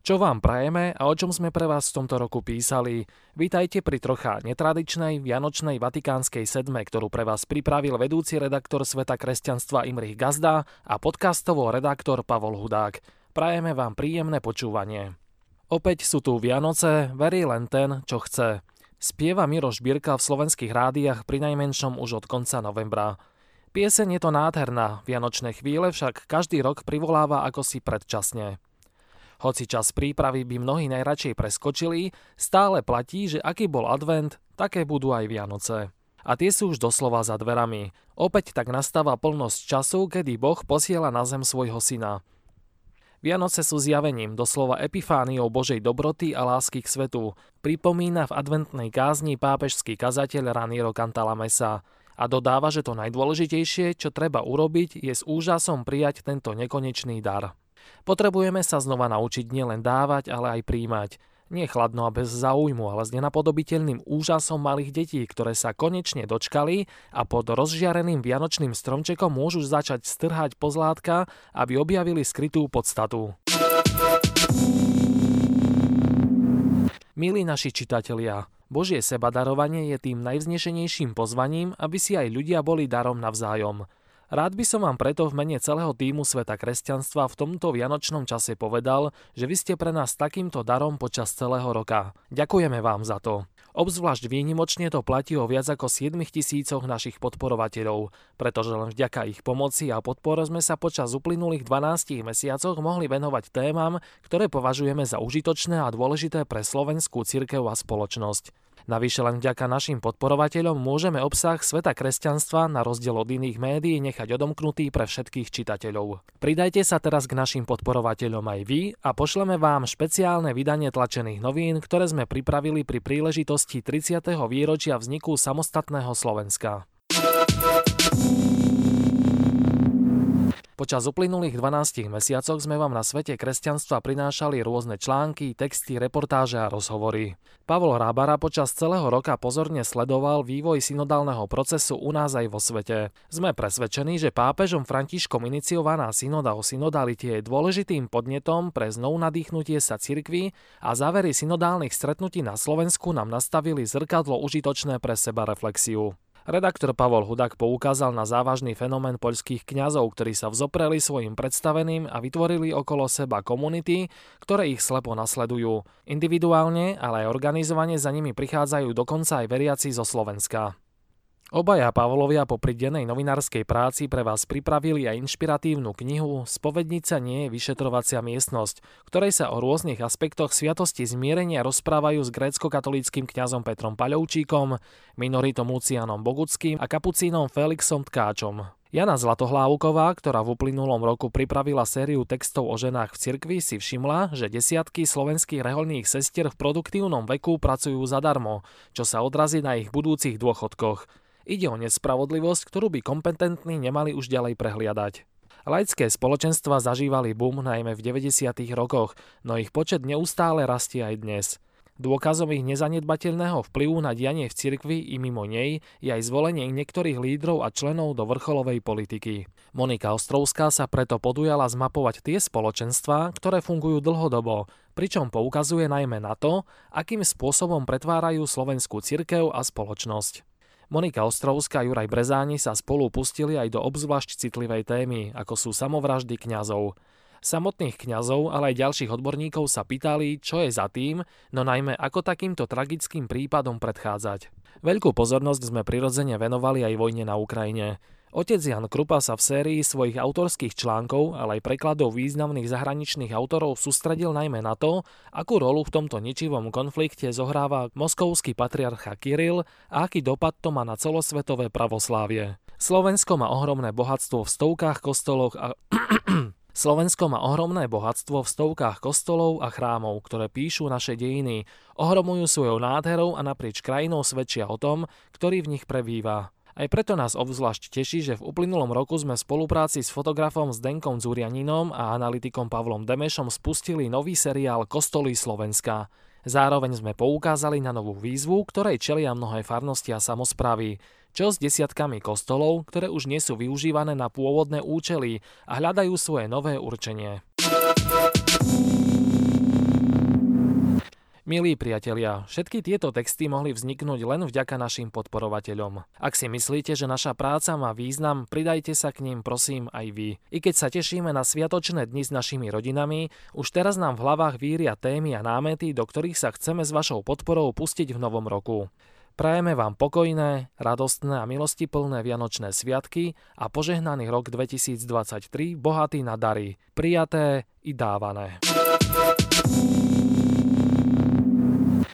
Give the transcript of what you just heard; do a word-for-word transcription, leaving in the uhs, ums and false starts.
Čo vám prajeme a o čom sme pre vás v tomto roku písali? Vítajte pri trocha netradičnej vianočnej vatikánskej sedme, ktorú pre vás pripravil vedúci redaktor Sveta kresťanstva Imrich Gazda a podcastovo redaktor Pavol Hudák. Prajeme vám príjemné počúvanie. Opäť sú tu Vianoce, verí len ten, čo chce. Spieva Miroš Birka v slovenských rádiách prinajmenšom už od konca novembra. Pieseň je to nádherná, vianočné chvíle však každý rok privoláva akosi predčasne. Hoci čas prípravy by mnohí najradšej preskočili, stále platí, že aký bol advent, také budú aj Vianoce. A tie sú už doslova za dverami. Opäť tak nastáva plnosť času, kedy Boh posiela na zem svojho syna. Vianoce sú zjavením, doslova epifániou Božej dobroty a lásky k svetu, pripomína v adventnej kázni pápežský kazateľ Raniero Cantalamessa a dodáva, že to najdôležitejšie, čo treba urobiť, je s úžasom prijať tento nekonečný dar. Potrebujeme sa znova naučiť nielen dávať, ale aj príjmať. Nie chladno a bez záujmu, ale s nenapodobiteľným úžasom malých detí, ktoré sa konečne dočkali a pod rozžiareným vianočným stromčekom môžu začať strhať pozlátka, aby objavili skrytú podstatu. Milí naši čitatelia, Božie sebadarovanie je tým najvznešenejším pozvaním, aby si aj ľudia boli darom navzájom. Rád by som vám preto v mene celého tímu Sveta kresťanstva v tomto vianočnom čase povedal, že vy ste pre nás takýmto darom počas celého roka. Ďakujeme vám za to. Obzvlášť výnimočne to platí o viac ako sedem tisícoch našich podporovateľov, pretože len vďaka ich pomoci a podpore sme sa počas uplynulých dvanástich mesiacoch mohli venovať témam, ktoré považujeme za užitočné a dôležité pre slovenskú cirkev a spoločnosť. Navyše len vďaka našim podporovateľom môžeme obsah Sveta kresťanstva na rozdiel od iných médií nechať odomknutý pre všetkých čitateľov. Pridajte sa teraz k našim podporovateľom aj vy a pošleme vám špeciálne vydanie tlačených novín, ktoré sme pripravili pri príležitosti tridsiateho výročia vzniku samostatného Slovenska. Počas uplynulých dvanástich mesiacoch sme vám na Svete kresťanstva prinášali rôzne články, texty, reportáže a rozhovory. Pavol Rábara počas celého roka pozorne sledoval vývoj synodálneho procesu u nás aj vo svete. Sme presvedčení, že pápežom Františkom iniciovaná synoda o synodalite je dôležitým podnetom pre znovu nadýchnutie sa cirkvi a závery synodálnych stretnutí na Slovensku nám nastavili zrkadlo užitočné pre seba reflexiu. Redaktor Pavol Hudák poukázal na závažný fenomén poľských kňazov, ktorí sa vzopreli svojim predstaveným a vytvorili okolo seba komunity, ktoré ich slepo nasledujú. Individuálne, ale aj organizovane za nimi prichádzajú dokonca aj veriaci zo Slovenska. Obaja Pavlovia popri dennej novinárskej práci pre vás pripravili aj inšpiratívnu knihu Spovednica nie je vyšetrovacia miestnosť, ktorej sa o rôznych aspektoch sviatosti zmierenia rozprávajú s grécko-katolíckym kňazom Petrom Paľovčíkom, minoritom Lucianom Boguckým a kapucínom Felixom Tkáčom. Jana Zlatohlávková, ktorá v uplynulom roku pripravila sériu textov o ženách v cirkvi, si všimla, že desiatky slovenských rehoľných sestier v produktívnom veku pracujú zadarmo, čo sa odrazí na ich budúcich dôchodkoch. Ide o nespravodlivosť, ktorú by kompetentní nemali už ďalej prehliadať. Laické spoločenstva zažívali boom najmä v deväťdesiatych rokoch, no ich počet neustále rastie aj dnes. Dôkazom ich nezanedbateľného vplyvu na dianie v cirkvi i mimo nej je aj zvolenie niektorých lídrov a členov do vrcholovej politiky. Monika Ostrovská sa preto podujala zmapovať tie spoločenstvá, ktoré fungujú dlhodobo, pričom poukazuje najmä na to, akým spôsobom pretvárajú slovenskú cirkev a spoločnosť. Monika Ostrovská a Juraj Brezáni sa spolu pustili aj do obzvlášť citlivej témy, ako sú samovraždy kňazov. Samotných kňazov, ale aj ďalších odborníkov sa pýtali, čo je za tým, no najmä ako takýmto tragickým prípadom predchádzať. Veľkú pozornosť sme prirodzene venovali aj vojne na Ukrajine. Otec Jan Krupa sa v sérii svojich autorských článkov, ale aj prekladov významných zahraničných autorov sústredil najmä na to, akú rolu v tomto ničivom konflikte zohráva moskovský patriarcha Kiril a aký dopad to má na celosvetové pravoslávie. Slovensko má ohromné bohatstvo v stovkách kostoloch a Slovensko má ohromné bohatstvo v stovkách kostolov a chrámov, ktoré píšu naše dejiny, ohromujú svojou nádherou a naprieč krajinou svedčia o tom, ktorý v nich prebýva. Aj preto nás obzvlášť teší, že v uplynulom roku sme v spolupráci s fotografom Zdenkom Dzurianinom a analytikom Pavlom Demešom spustili nový seriál Kostoly Slovenska. Zároveň sme poukázali na novú výzvu, ktorej čelia mnohé farnosti a samosprávy. Čo s desiatkami kostolov, ktoré už nie sú využívané na pôvodné účely a hľadajú svoje nové určenie. Milí priatelia, všetky tieto texty mohli vzniknúť len vďaka našim podporovateľom. Ak si myslíte, že naša práca má význam, pridajte sa k ním prosím aj vy. I keď sa tešíme na sviatočné dni s našimi rodinami, už teraz nám v hlavách víria témy a námety, do ktorých sa chceme s vašou podporou pustiť v novom roku. Prajeme vám pokojné, radostné a milostiplné vianočné sviatky a požehnaný rok dvetisícdvadsaťtri bohatý na dary, prijaté i dávané.